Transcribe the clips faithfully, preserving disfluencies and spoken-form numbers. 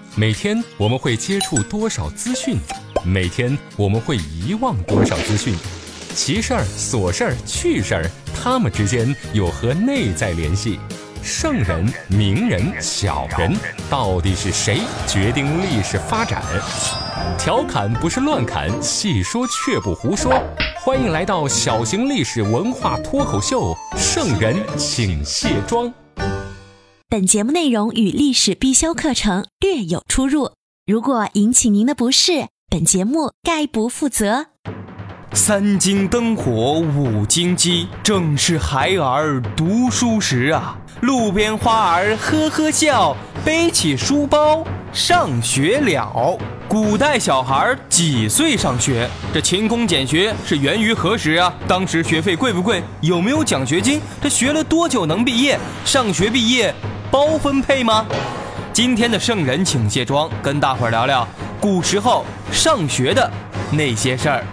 每天我们会接触多少资讯？每天我们会遗忘多少资讯？奇事儿、琐事儿、趣事儿，它们之间有何内在联系？圣人、名人、小人，到底是谁决定历史发展？调侃不是乱侃，细说却不胡说。欢迎来到小型历史文化脱口秀《圣人请卸妆》。 本节目内容与历史必修课程略有出入，如果引起您的不适，本节目概不负责。 三更灯火五更鸡，正是孩儿读书时啊。路边花儿呵呵笑，背起书包上学了。古代小孩几岁上学？这勤工俭学是源于何时啊？当时学费贵不贵？有没有奖学金？这学了多久能毕业？上学毕业包分配吗？今天的圣人请卸妆，跟大伙儿聊聊古时候上学的那些事儿。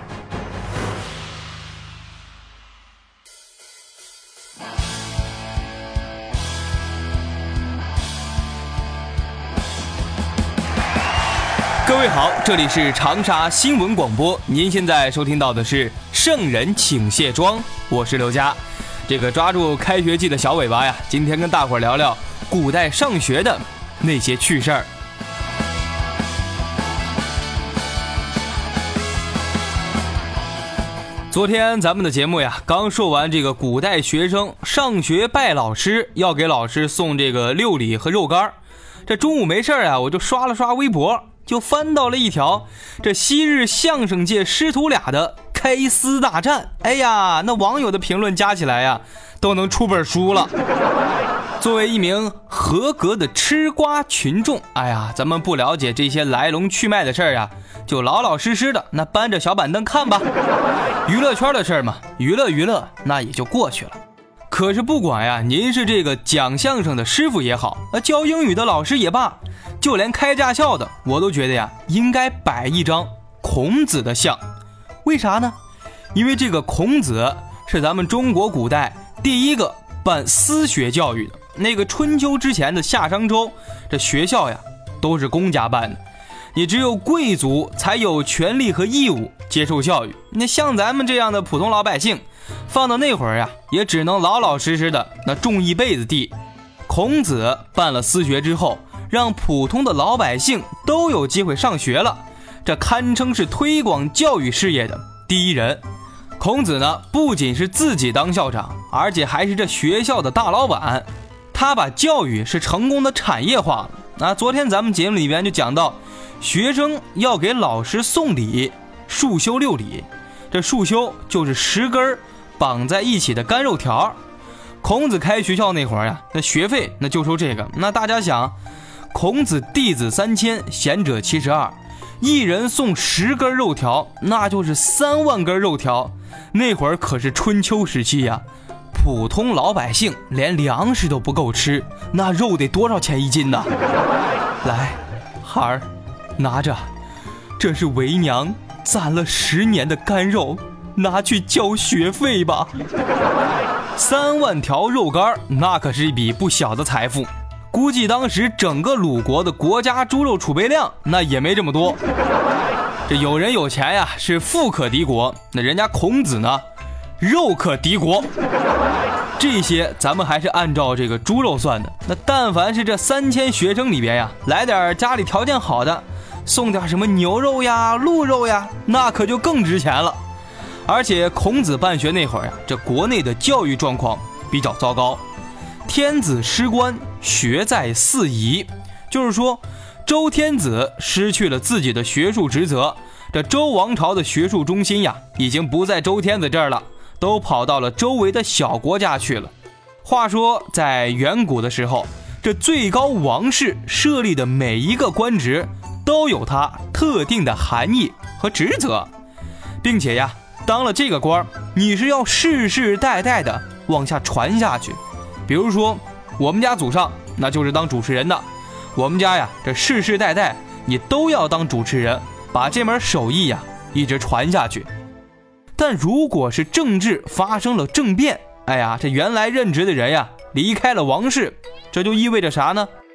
各位好，这里是长沙新闻广播，您现在收听到的是圣人请卸妆，我是刘佳。这个抓住开学季的小尾巴呀，今天跟大伙儿聊聊古代上学的那些趣事儿。昨天咱们的节目呀，刚说完这个古代学生上学拜老师，要给老师送这个六礼和肉干。这中午没事啊，我就刷了刷微博，就翻到了一条这昔日相声界师徒俩的开撕大战。哎呀，那网友的评论加起来呀，都能出本书了。作为一名合格的吃瓜群众，哎呀，咱们不了解这些来龙去脉的事儿啊，就老老实实的那搬着小板凳看吧。娱乐圈的事儿嘛，娱乐娱乐，那也就过去了。可是不管呀，您是这个讲相声的师傅也好，教英语的老师也罢，就连开驾校的，我都觉得呀，应该摆一张孔子的像。为啥呢？因为这个孔子是咱们中国古代第一个办私学教育的。那个春秋之前的夏商周，这学校呀都是公家办的，你只有贵族才有权利和义务接受教育。那像咱们这样的普通老百姓，放到那会儿呀，也只能老老实实的那种一辈子地。孔子办了私学之后，让普通的老百姓都有机会上学了，这堪称是推广教育事业的第一人。孔子呢，不仅是自己当校长，而且还是这学校的大老板。他把教育是成功的产业化了。那昨天咱们节目里边就讲到，学生要给老师送礼，束修六礼。这束修就是十根绑在一起的干肉条。孔子开学校那会儿呀，那学费那就收这个。那大家想，孔子弟子三千，贤者七十二，一人送十根肉条，那就是三万根肉条。那会儿可是春秋时期呀，普通老百姓连粮食都不够吃，那肉得多少钱一斤呢？来，孩儿，拿着，这是为娘攒了十年的干肉，拿去交学费吧。三万条肉干，那可是一笔不小的财富。估计当时整个鲁国的国家猪肉储备量那也没这么多。这有人有钱呀，是富可敌国，那人家孔子呢，肉可敌国。这些咱们还是按照这个猪肉算的。那但凡是这三千学生里边呀，来点家里条件好的，送点什么牛肉呀、鹿肉呀，那可就更值钱了。而且孔子办学那会儿呀，这国内的教育状况比较糟糕。天子失官，学在四夷，就是说周天子失去了自己的学术职责，这周王朝的学术中心呀，已经不在周天子这儿了，都跑到了周围的小国家去了。话说在远古的时候，这最高王室设立的每一个官职都有它特定的含义和职责，并且呀，当了这个官，你是要世世代代的往下传下去。比如说我们家祖上那就是当主持人的，我们家呀，这世世代代你都要当主持人，把这门手艺呀一直传下去。但如果是政治发生了政变，哎呀，这原来任职的人呀离开了王室，这就意味着啥呢？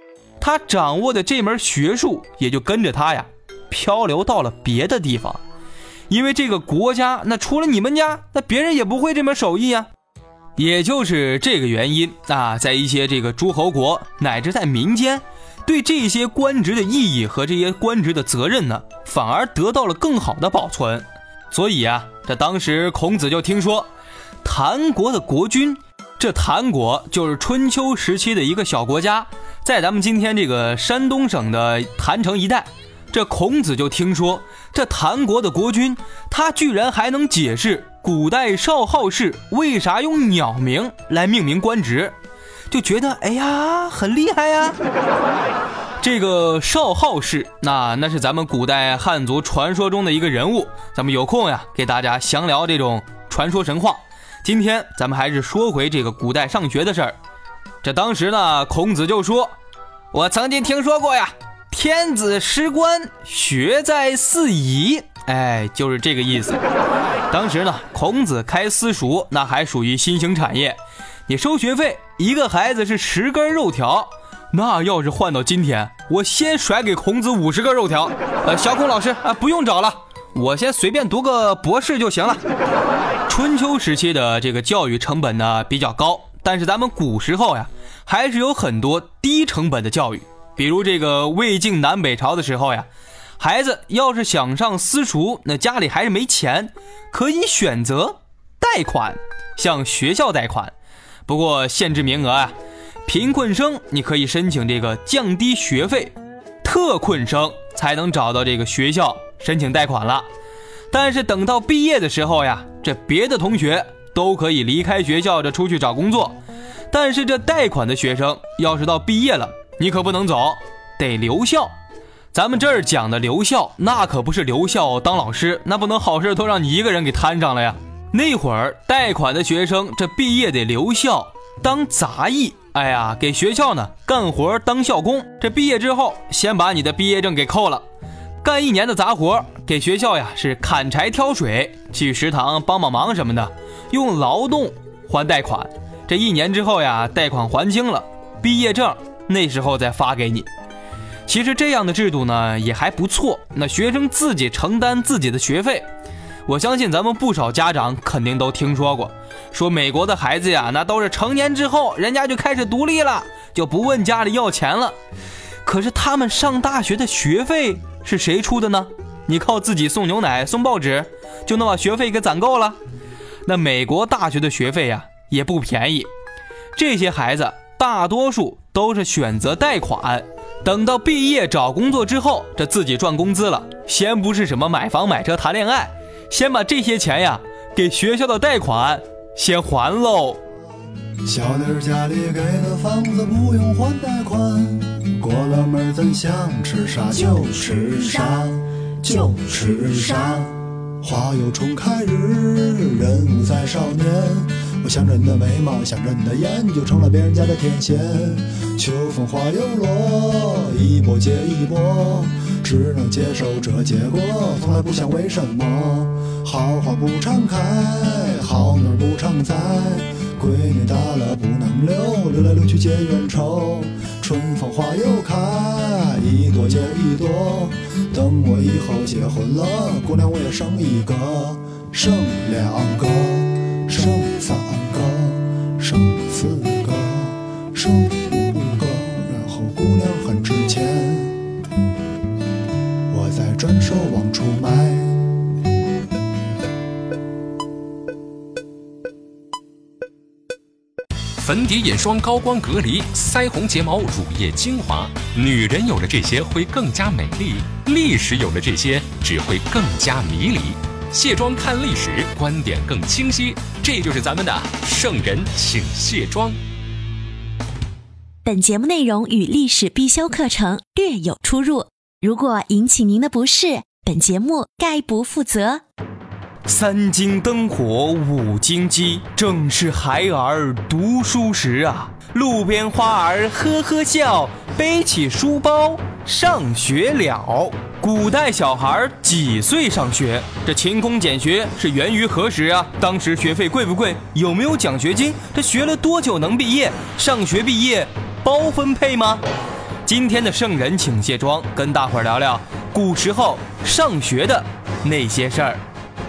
他掌握的这门学术也就跟着他呀漂流到了别的地方。因为这个国家那除了你们家，那别人也不会这门手艺呀。也就是这个原因啊，在一些这个诸侯国乃至在民间，对这些官职的意义和这些官职的责任呢，反而得到了更好的保存。所以啊，这当时孔子就听说谭国的国君，这谭国就是春秋时期的一个小国家，在咱们今天这个山东省的郯城一带。这孔子就听说这谭国的国君，他居然还能解释古代少昊氏为啥用鸟名来命名官职，就觉得哎呀很厉害呀。这个少昊氏那那是咱们古代汉族传说中的一个人物，咱们有空呀给大家详聊这种传说神话。今天咱们还是说回这个古代上学的事儿。这当时呢，孔子就说，我曾经听说过呀，天子失官，学在四夷，哎，就是这个意思。当时呢，孔子开私塾，那还属于新兴产业。你收学费，一个孩子是十根肉条，那要是换到今天，我先甩给孔子五十个肉条。呃，小孔老师啊，不用找了，我先随便读个博士就行了。春秋时期的这个教育成本呢比较高，但是咱们古时候呀，还是有很多低成本的教育。比如这个魏晋南北朝的时候呀，孩子要是想上私塾，那家里还是没钱，可以选择贷款，向学校贷款。不过限制名额啊，贫困生你可以申请这个降低学费，特困生才能找到这个学校申请贷款了。但是等到毕业的时候呀，这别的同学都可以离开学校这出去找工作，但是这贷款的学生要是到毕业了，你可不能走，得留校。咱们这儿讲的留校，那可不是留校当老师，那不能好事都让你一个人给摊上了呀。那会儿贷款的学生这毕业得留校当杂役，哎呀，给学校呢干活当校工。这毕业之后先把你的毕业证给扣了，干一年的杂活，给学校呀是砍柴挑水，去食堂帮帮忙什么的，用劳动还贷款。这一年之后呀，贷款还清了，毕业证那时候再发给你。其实这样的制度呢也还不错，那学生自己承担自己的学费。我相信咱们不少家长肯定都听说过，说美国的孩子呀，那都是成年之后人家就开始独立了，就不问家里要钱了。可是他们上大学的学费是谁出的呢？你靠自己送牛奶送报纸就能把学费给攒够了？那美国大学的学费呀也不便宜，这些孩子大多数都是选择贷款，等到毕业找工作之后，这自己赚工资了，先不是什么买房买车谈恋爱，先把这些钱呀给学校的贷款先还喽。 小弟家里给的房子不用还贷款，过了门咱想吃啥就吃啥就吃啥。花有重开日，人无再少年。我想着你的眉毛，想着你的眼，就成了别人家的天仙。秋风花又落，一波接一波，只能接受这结果，从来不想为什么。好花不常开，好女不常在，闺女大了不能留，留来留去结冤仇。春风花又开，一朵接一朵，等我以后结婚了，姑娘我也生一个，生两个，生三个，生四个，生五个，然后姑娘很值钱，我再转手往出卖。 粉底、眼霜、高光隔离、腮红、睫毛、乳液、精华，女人有了这些会更加美丽，历史有了这些只会更加迷离。卸妆看历史，观点更清晰，这就是咱们的圣人请卸妆。 本节目内容与历史必修课程略有出入，如果引起您的不适，本节目概不负责。 三更灯火五更鸡，正是孩儿读书时啊。路边花儿呵呵笑，背起书包上学了。古代小孩几岁上学？这勤工俭学是源于何时啊？当时学费贵不贵？有没有奖学金？这学了多久能毕业？上学毕业包分配吗？ 今天的圣人请卸妆，跟大伙儿聊聊古时候上学的那些事儿。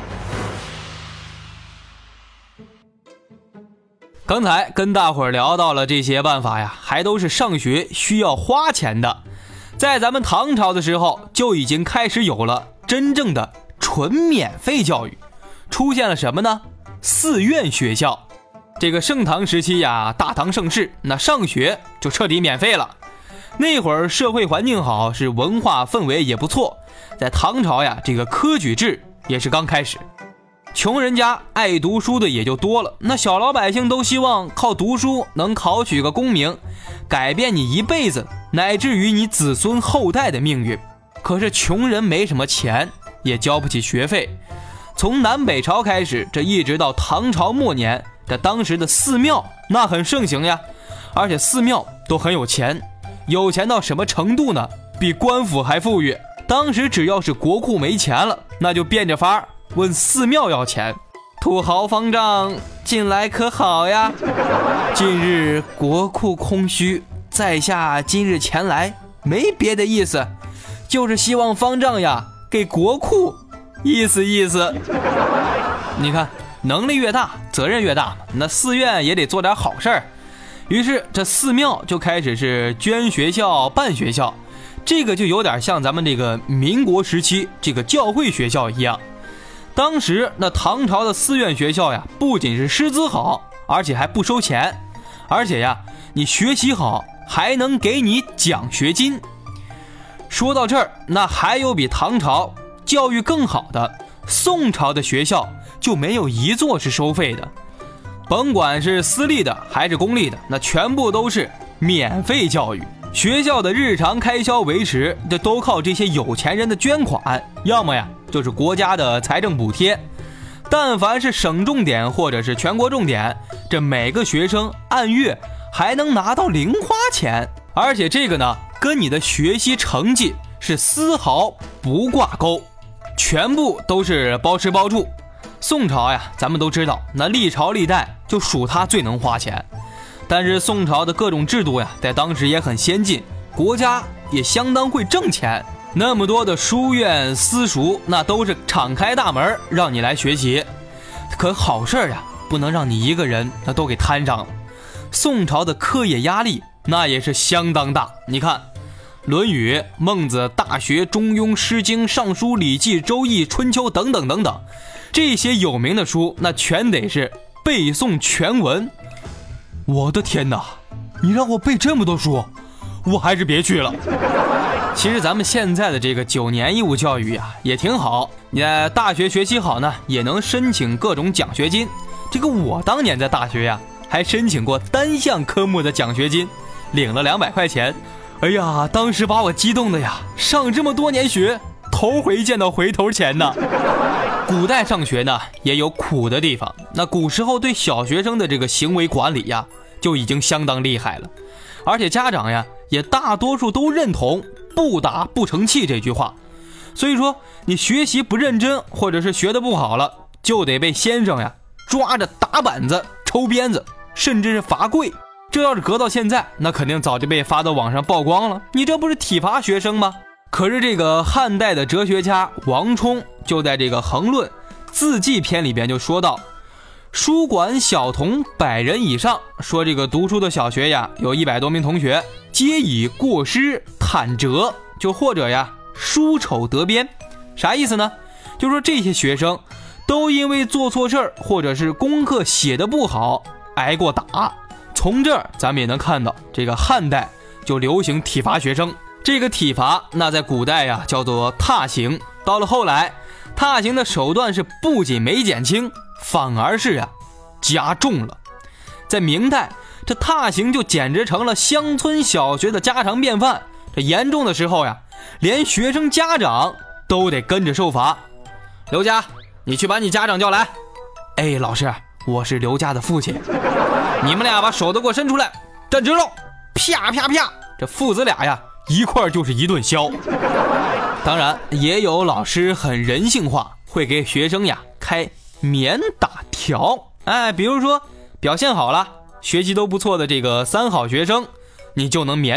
刚才跟大伙儿聊到了这些办法呀，还都是上学需要花钱的。在咱们唐朝的时候，就已经开始有了真正的纯免费教育，出现了什么呢？寺院学校。这个盛唐时期呀，大唐盛世，那上学就彻底免费了。那会儿社会环境好，是文化氛围也不错。在唐朝呀，这个科举制也是刚开始。穷人家爱读书的也就多了，那小老百姓都希望靠读书能考取个功名，改变你一辈子乃至于你子孙后代的命运。可是穷人没什么钱，也交不起学费。从南北朝开始，这一直到唐朝末年，这当时的寺庙那很盛行呀，而且寺庙都很有钱，有钱到什么程度呢？比官府还富裕。当时只要是国库没钱了，那就变着法儿问寺庙要钱。土豪方丈近来可好呀？近日国库空虚，在下今日前来，没别的意思，就是希望方丈呀给国库意思意思。你看，能力越大责任越大嘛，那寺院也得做点好事儿。于是这寺庙就开始是捐学校办学校，这个就有点像咱们这个民国时期这个教会学校一样。当时那唐朝的寺院学校呀，不仅是师资好，而且还不收钱，而且呀你学习好还能给你奖学金。说到这儿，那还有比唐朝教育更好的，宋朝的学校就没有一座是收费的，甭管是私立的还是公立的，那全部都是免费教育。学校的日常开销维持，这都靠这些有钱人的捐款，要么呀就是国家的财政补贴。但凡是省重点或者是全国重点，这每个学生按月还能拿到零花钱，而且这个呢跟你的学习成绩是丝毫不挂钩，全部都是包吃包住。宋朝呀，咱们都知道，那历朝历代就属它最能花钱。但是宋朝的各种制度呀，在当时也很先进，国家也相当会挣钱。那么多的书院私塾，那都是敞开大门让你来学习。可好事呀，不能让你一个人那都给摊上了。宋朝的课业压力那也是相当大。你看，《论语》、《孟子》、《大学》、《中庸》、《诗经》、《尚书》、《礼记》、《周易》、《春秋》等等等等，这些有名的书，那全得是背诵全文。我的天哪，你让我背这么多书，我还是别去了。其实咱们现在的这个九年义务教育呀，也挺好。你在大学学习好呢，也能申请各种奖学金。这个我当年在大学呀，还申请过单项科目的奖学金，领了两百块钱。哎呀，当时把我激动的呀，上这么多年学，头回见到回头钱呢。古代上学呢，也有苦的地方。那古时候对小学生的这个行为管理呀，就已经相当厉害了。而且家长呀，也大多数都认同不打不成器这句话。所以说你学习不认真，或者是学得不好了，就得被先生呀抓着打板子、抽鞭子，甚至是罚跪。这要是搁到现在，那肯定早就被发到网上曝光了，你这不是体罚学生吗？可是这个汉代的哲学家王充就在这个《衡论字记篇》里边就说到，书馆小童百人以上，说这个读书的小学呀有一百多名同学，皆以过失袒折，就或者呀书丑得鞭。啥意思呢？就说这些学生都因为做错事儿或者是功课写得不好挨过打。从这儿咱们也能看到，这个汉代就流行体罚学生。这个体罚那在古代呀叫做踏刑，到了后来踏刑的手段是不仅没减轻，反而是呀加重了。在明代，这踏刑就简直成了乡村小学的家常便饭。这严重的时候呀，连学生家长都得跟着受罚。刘家，你去把你家长叫来。哎，老师，我是刘家的父亲。你们俩把手都给我伸出来，站直喽！啪啪啪，这父子俩呀一块就是一顿削。当然也有老师很人性化，会给学生呀开免打条。哎，比如说表现好了，学习都不错的这个三好学生，你就能免打。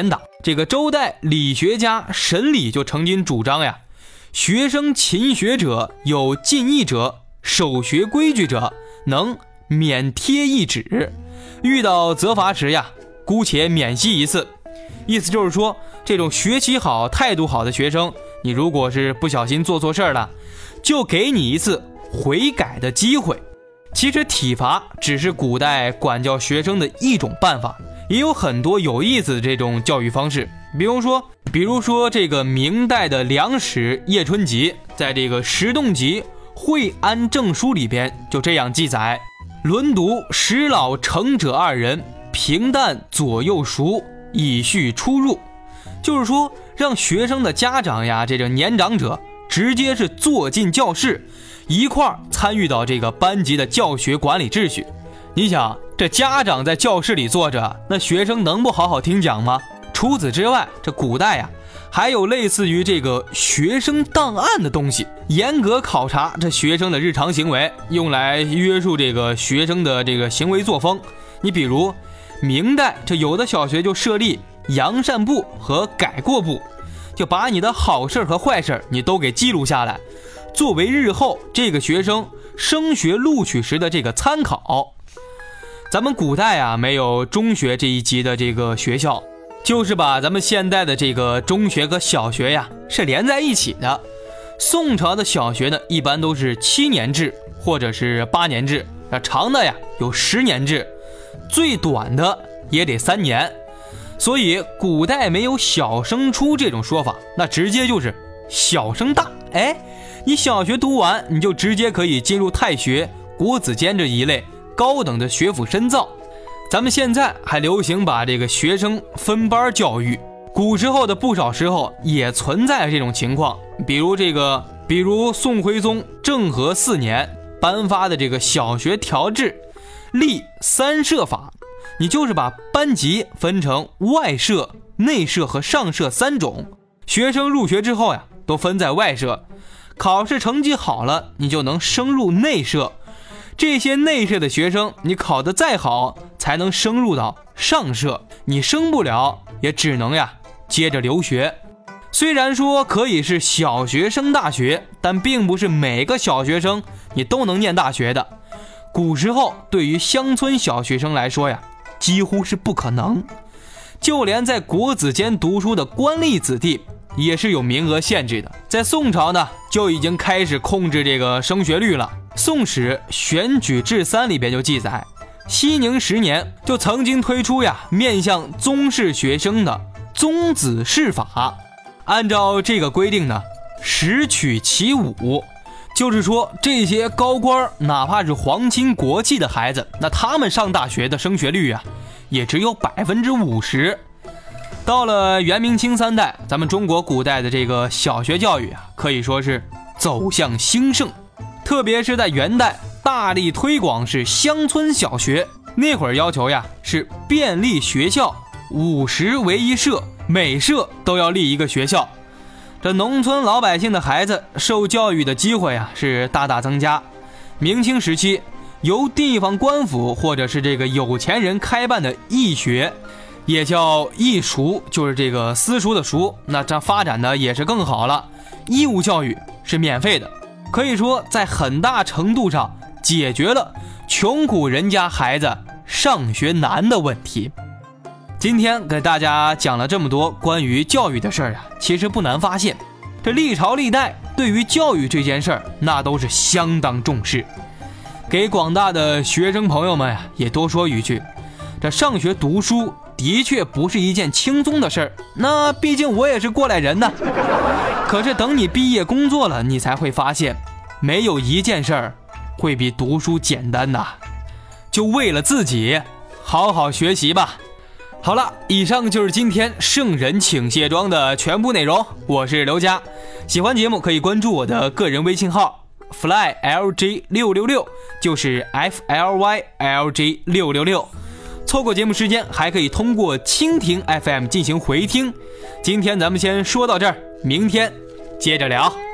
这个周代理学家沈礼就曾经主张呀，学生勤学者有进益者，守学规矩者能免贴一纸，遇到责罚时呀，姑且免息一次。意思就是说，这种学习好态度好的学生，你如果是不小心做错事了，就给你一次悔改的机会。其实体罚只是古代管教学生的一种办法，也有很多有意思的这种教育方式。比如说比如说这个明代的梁史叶春吉在这个石洞集惠安正书里边就这样记载：轮读使老成者二人，平淡左右熟，以序出入。就是说让学生的家长呀，这个年长者直接是坐进教室，一块儿参与到这个班级的教学管理秩序。你想，这家长在教室里坐着，那学生能不好好听讲吗？除此之外，这古代呀还有类似于这个学生档案的东西，严格考察这学生的日常行为，用来约束这个学生的这个行为作风。你比如明代这有的小学就设立扬善部和改过部，就把你的好事和坏事你都给记录下来，作为日后这个学生升学录取时的这个参考。咱们古代啊没有中学这一级的这个学校，就是把咱们现代的这个中学和小学呀是连在一起的。宋朝的小学呢一般都是七年制或者是八年制，长的呀有十年制，最短的也得三年。所以古代没有小升初这种说法，那直接就是小升大。哎，你小学读完你就直接可以进入太学、国子监这一类高等的学府深造。咱们现在还流行把这个学生分班教育，古时候的不少时候也存在这种情况。比如这个比如宋徽宗政和四年颁发的这个小学条制，立三社法，你就是把班级分成外社、内社和上社三种，学生入学之后呀都分在外社，考试成绩好了你就能升入内社，这些内社的学生你考得再好才能升入到上社，你升不了也只能呀接着留学。虽然说可以是小学升大学，但并不是每个小学生你都能念大学的。古时候对于乡村小学生来说呀几乎是不可能，就连在国子监读书的官吏子弟也是有名额限制的。在宋朝呢就已经开始控制这个升学率了。宋史选举制三里边就记载，熙宁十年就曾经推出呀面向宗室学生的宗子试法。按照这个规定呢，十取其五，就是说这些高官哪怕是皇亲国戚的孩子，那他们上大学的升学率啊也只有百分之五十。到了元明清三代，咱们中国古代的这个小学教育啊可以说是走向兴盛，特别是在元代大力推广是乡村小学，那会儿要求呀是便利学校，五十为一社，每社都要立一个学校。这农村老百姓的孩子受教育的机会啊是大大增加。明清时期由地方官府或者是这个有钱人开办的义学，也叫义塾，就是这个私塾的塾，那这发展的也是更好了。义务教育是免费的，可以说在很大程度上解决了穷苦人家孩子上学难的问题。今天给大家讲了这么多关于教育的事儿啊，其实不难发现，这历朝历代对于教育这件事儿那都是相当重视。给广大的学生朋友们呀，也多说一句，这上学读书的确不是一件轻松的事儿，那毕竟我也是过来人呢。可是等你毕业工作了，你才会发现，没有一件事儿会比读书简单呐。就为了自己，好好学习吧。好了，以上就是今天圣人请卸妆的全部内容。我是刘佳，喜欢节目可以关注我的个人微信号 fly l j 六六六， 就是 f l y l j 六六六。错过节目时间还可以通过蜻蜓 F M 进行回听。今天咱们先说到这儿，明天接着聊。